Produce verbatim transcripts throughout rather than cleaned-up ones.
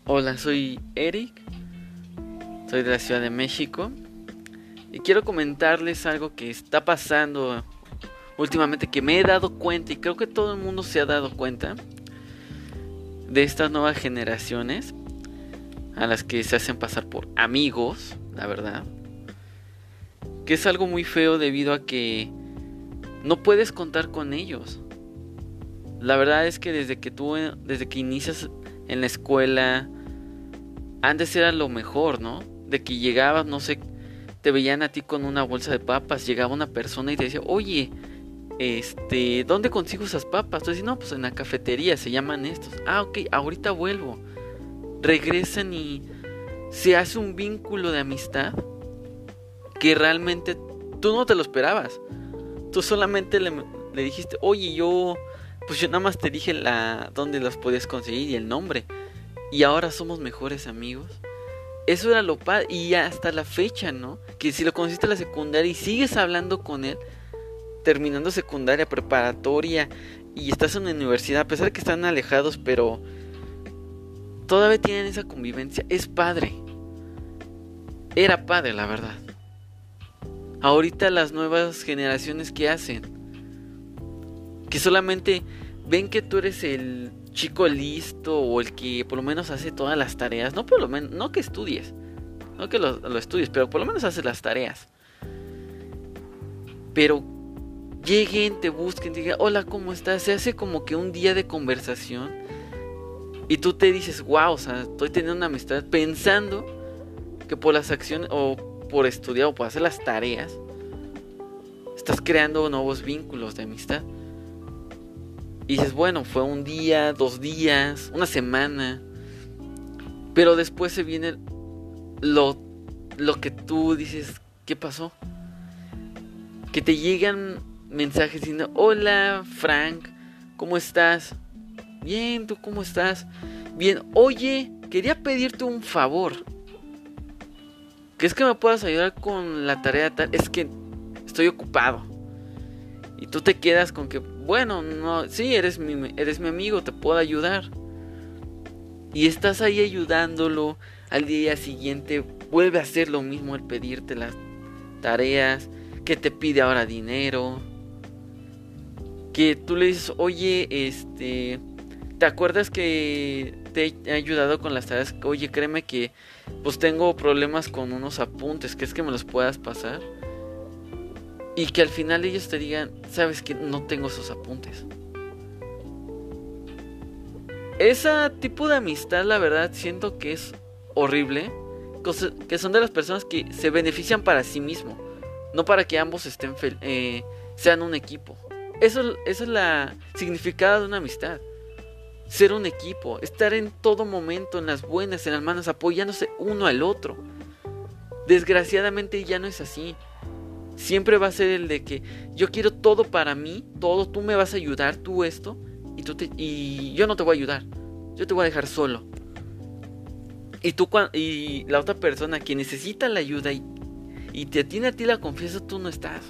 Hola, soy Eric, soy de la Ciudad de México y quiero comentarles algo que está pasando últimamente, que me he dado cuenta y creo que todo el mundo se ha dado cuenta de estas nuevas generaciones a las que se hacen pasar por amigos, la verdad, que es algo muy feo debido a que no puedes contar con ellos. La verdad es que desde que tú, desde que inicias en la escuela, antes era lo mejor, ¿no? De que llegabas, no sé, te veían a ti con una bolsa de papas, llegaba una persona y te decía, oye, este, ¿dónde consigo esas papas? Tú dices, no, pues en la cafetería, se llaman estos. Ah, ok, ahorita vuelvo. Regresan y se hace un vínculo de amistad que realmente tú no te lo esperabas. Tú solamente le, le dijiste, oye, yo, pues yo nada más te dije la dónde las podías conseguir y el nombre. Y ahora somos mejores amigos. Eso era lo padre. Y hasta la fecha, ¿no? Que si lo conociste en la secundaria y sigues hablando con él, terminando secundaria, preparatoria, y estás en la universidad, a pesar de que están alejados, pero todavía tienen esa convivencia. Es padre. Era padre, la verdad. Ahorita las nuevas generaciones, ¿qué hacen? Que solamente ven que tú eres el chico listo o el que por lo menos hace todas las tareas. No por lo menos, no que estudies, no que lo, lo estudies, pero por lo menos haces las tareas. Pero lleguen, te busquen, te digan, hola, ¿cómo estás? Se hace como que un día de conversación y tú te dices, wow, o sea, estoy teniendo una amistad, pensando que por las acciones o por estudiar o por hacer las tareas estás creando nuevos vínculos de amistad. Y dices, bueno, fue un día, dos días, una semana. Pero después se viene lo, lo que tú dices, ¿qué pasó? Que te llegan mensajes diciendo, hola Frank, ¿cómo estás? Bien, ¿tú cómo estás? Bien, oye, quería pedirte un favor. ¿Que es que me puedas ayudar con la tarea tal? Es que estoy ocupado. Y tú te quedas con que, bueno, no, sí, eres mi, eres mi amigo, te puedo ayudar. Y estás ahí ayudándolo. Al día siguiente vuelve a hacer lo mismo al pedirte las tareas. Que te pide ahora dinero. Que tú le dices, oye, este, ¿te acuerdas que te he ayudado con las tareas? Oye, créeme que pues tengo problemas con unos apuntes. ¿Crees que me los puedas pasar? Y que al final ellos te digan, sabes que no tengo esos apuntes. Ese tipo de amistad, la verdad, siento que es horrible. Que son de las personas que se benefician para sí mismo, no para que ambos estén fel- eh, sean un equipo. Eso, eso es la significado de una amistad. Ser un equipo, estar en todo momento, en las buenas, en las malas, apoyándose uno al otro. Desgraciadamente ya no es así. Siempre va a ser el de que yo quiero todo para mí, todo, tú me vas a ayudar, tú esto, y, tú te, y yo no te voy a ayudar, yo te voy a dejar solo. Y tú y la otra persona que necesita la ayuda y, y te tiene a ti la confianza, tú no estás.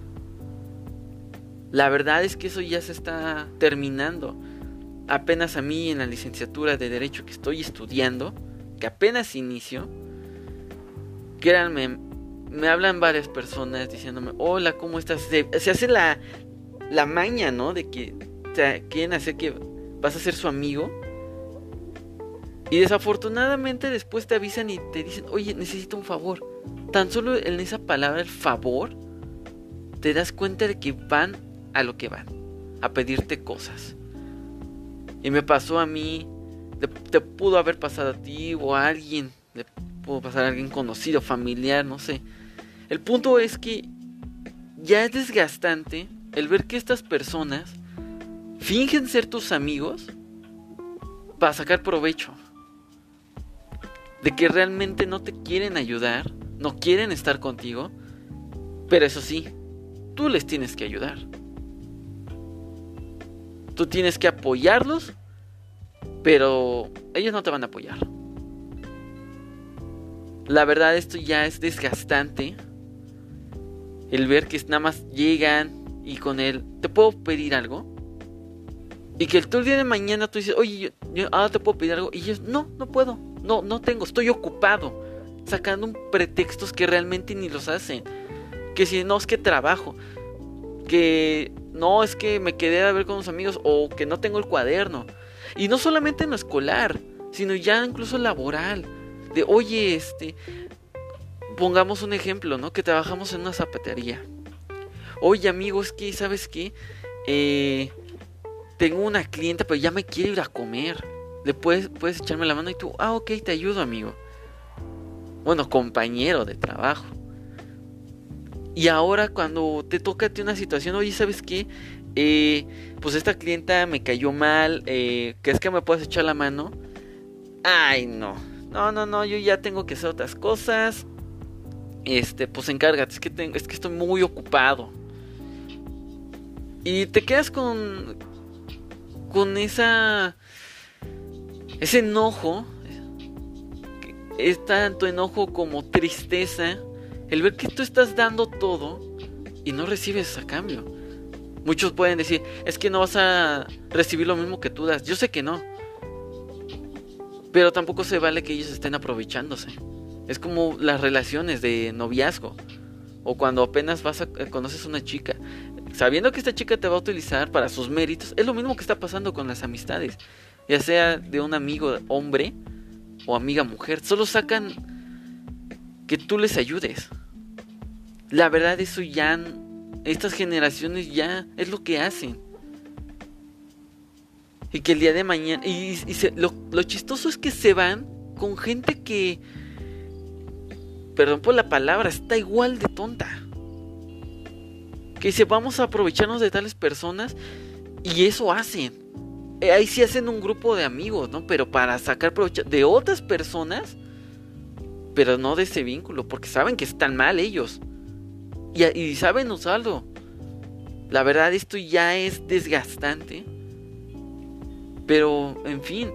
La verdad es que eso ya se está terminando. Apenas a mí en la licenciatura de Derecho que estoy estudiando, que apenas inicio, créanme, me hablan varias personas diciéndome, hola, ¿cómo estás? Se, se hace la, la maña, ¿no? De que te quieren hacer que vas a ser su amigo. Y desafortunadamente después te avisan y te dicen, oye, necesito un favor. Tan solo en esa palabra, el favor, te das cuenta de que van a lo que van, a pedirte cosas. Y me pasó a mí, te, te pudo haber pasado a ti o a alguien, le pudo pasar a alguien conocido, familiar, no sé. El punto es que ya es desgastante el ver que estas personas fingen ser tus amigos para sacar provecho. De que realmente no te quieren ayudar, no quieren estar contigo, pero eso sí, tú les tienes que ayudar. Tú tienes que apoyarlos, pero ellos no te van a apoyar. La verdad, esto ya es desgastante. El ver que nada más llegan y con él, ¿te puedo pedir algo? Y que el día de mañana tú dices, oye, yo, yo ahora te puedo pedir algo. Y ellos, no, no puedo. no, no tengo, estoy ocupado, sacando un pretextos que realmente ni los hacen. Que si no, es que trabajo, que no, es que me quedé a ver con los amigos, o que no tengo el cuaderno. Y no solamente en lo escolar, sino ya incluso laboral. De, oye, este, pongamos un ejemplo, ¿no? Que trabajamos en una zapatería. Oye, amigo, es que, ¿sabes qué? Eh, tengo una clienta, pero ya me quiere ir a comer. ¿Le puedes, puedes echarme la mano? Y tú, ah, ok, te ayudo, amigo. Bueno, compañero de trabajo. Y ahora cuando te toca a ti una situación, oye, ¿sabes qué? Eh, pues esta clienta me cayó mal, eh, ¿crees que me puedes echar la mano? Ay, no, no, no, no, yo ya tengo que hacer otras cosas. Este, pues encárgate, es que, tengo, es que estoy muy ocupado. Y te quedas con, con esa, ese enojo. Es tanto enojo como tristeza el ver que tú estás dando todo y no recibes a cambio. Muchos pueden decir, es que no vas a recibir lo mismo que tú das. Yo sé que no, pero tampoco se vale que ellos estén aprovechándose. Es como las relaciones de noviazgo, o cuando apenas vas a, conoces a una chica, sabiendo que esta chica te va a utilizar para sus méritos. Es lo mismo que está pasando con las amistades, ya sea de un amigo hombre o amiga mujer. Solo sacan que tú les ayudes. La verdad, eso ya, estas generaciones ya es lo que hacen. Y que el día de mañana, y, y se, lo, lo chistoso es que se van con gente que, perdón por la palabra, está igual de tonta. Que dice, vamos a aprovecharnos de tales personas, y eso hacen. Eh, ahí sí hacen un grupo de amigos, ¿no? Pero para sacar provecho de otras personas, pero no de ese vínculo, porque saben que están mal ellos. Y, y saben usarlo. La verdad, esto ya es desgastante. Pero, en fin,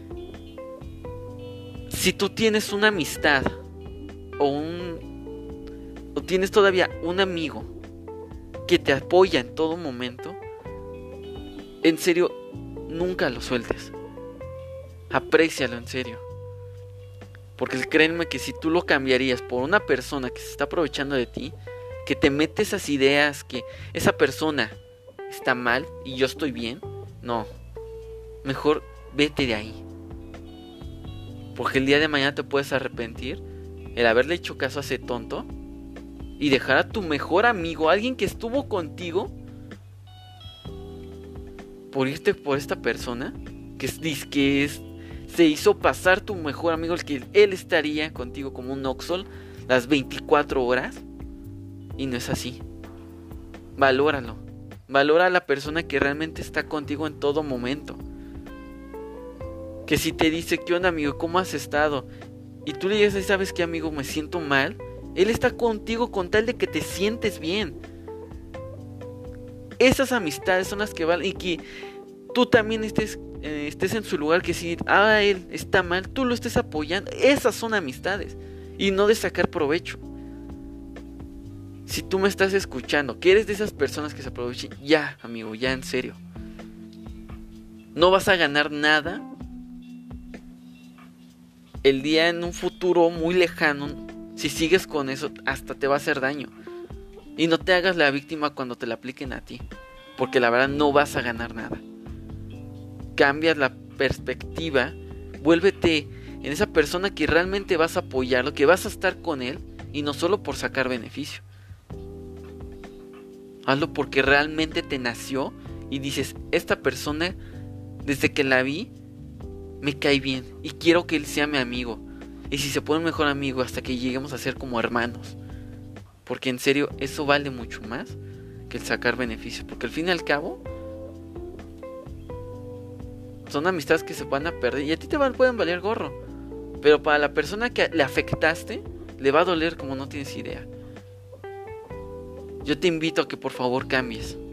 si tú tienes una amistad o un o tienes todavía un amigo que te apoya en todo momento, en serio, nunca lo sueltes. Aprécialo en serio. Porque créanme que si tú lo cambiarías por una persona que se está aprovechando de ti, que te mete esas ideas que esa persona está mal y yo estoy bien, no. Mejor vete de ahí. Porque el día de mañana te puedes arrepentir el haberle hecho caso a ese tonto y dejar a tu mejor amigo, alguien que estuvo contigo, por irte por esta persona que es, que es, se hizo pasar tu mejor amigo, el que él estaría contigo como un Oxxol las veinticuatro horas. Y no es así. Valóralo. Valora a la persona que realmente está contigo en todo momento. Que si te dice, ¿qué onda, amigo? ¿Cómo has estado? Y tú le dices, ¿sabes qué, amigo? Me siento mal. Él está contigo con tal de que te sientes bien. Esas amistades son las que valen. Y que tú también estés, eh, estés en su lugar. Que si ah, él está mal, tú lo estés apoyando. Esas son amistades. Y no de sacar provecho. Si tú me estás escuchando, que eres de esas personas que se aprovechan, ya, amigo, ya en serio. No vas a ganar nada el día en un futuro muy lejano. Si sigues con eso, hasta te va a hacer daño. Y no te hagas la víctima cuando te la apliquen a ti, porque la verdad no vas a ganar nada. Cambias la perspectiva, vuélvete en esa persona que realmente vas a apoyarlo, que vas a estar con él, y no solo por sacar beneficio. Hazlo porque realmente te nació y dices, esta persona, desde que la vi, me cae bien y quiero que él sea mi amigo. Y si se puede un mejor amigo hasta que lleguemos a ser como hermanos. Porque en serio, eso vale mucho más que el sacar beneficios. Porque al fin y al cabo, son amistades que se van a perder y a ti te van, pueden valer gorro. Pero para la persona que le afectaste, le va a doler como no tienes idea. Yo te invito a que por favor cambies.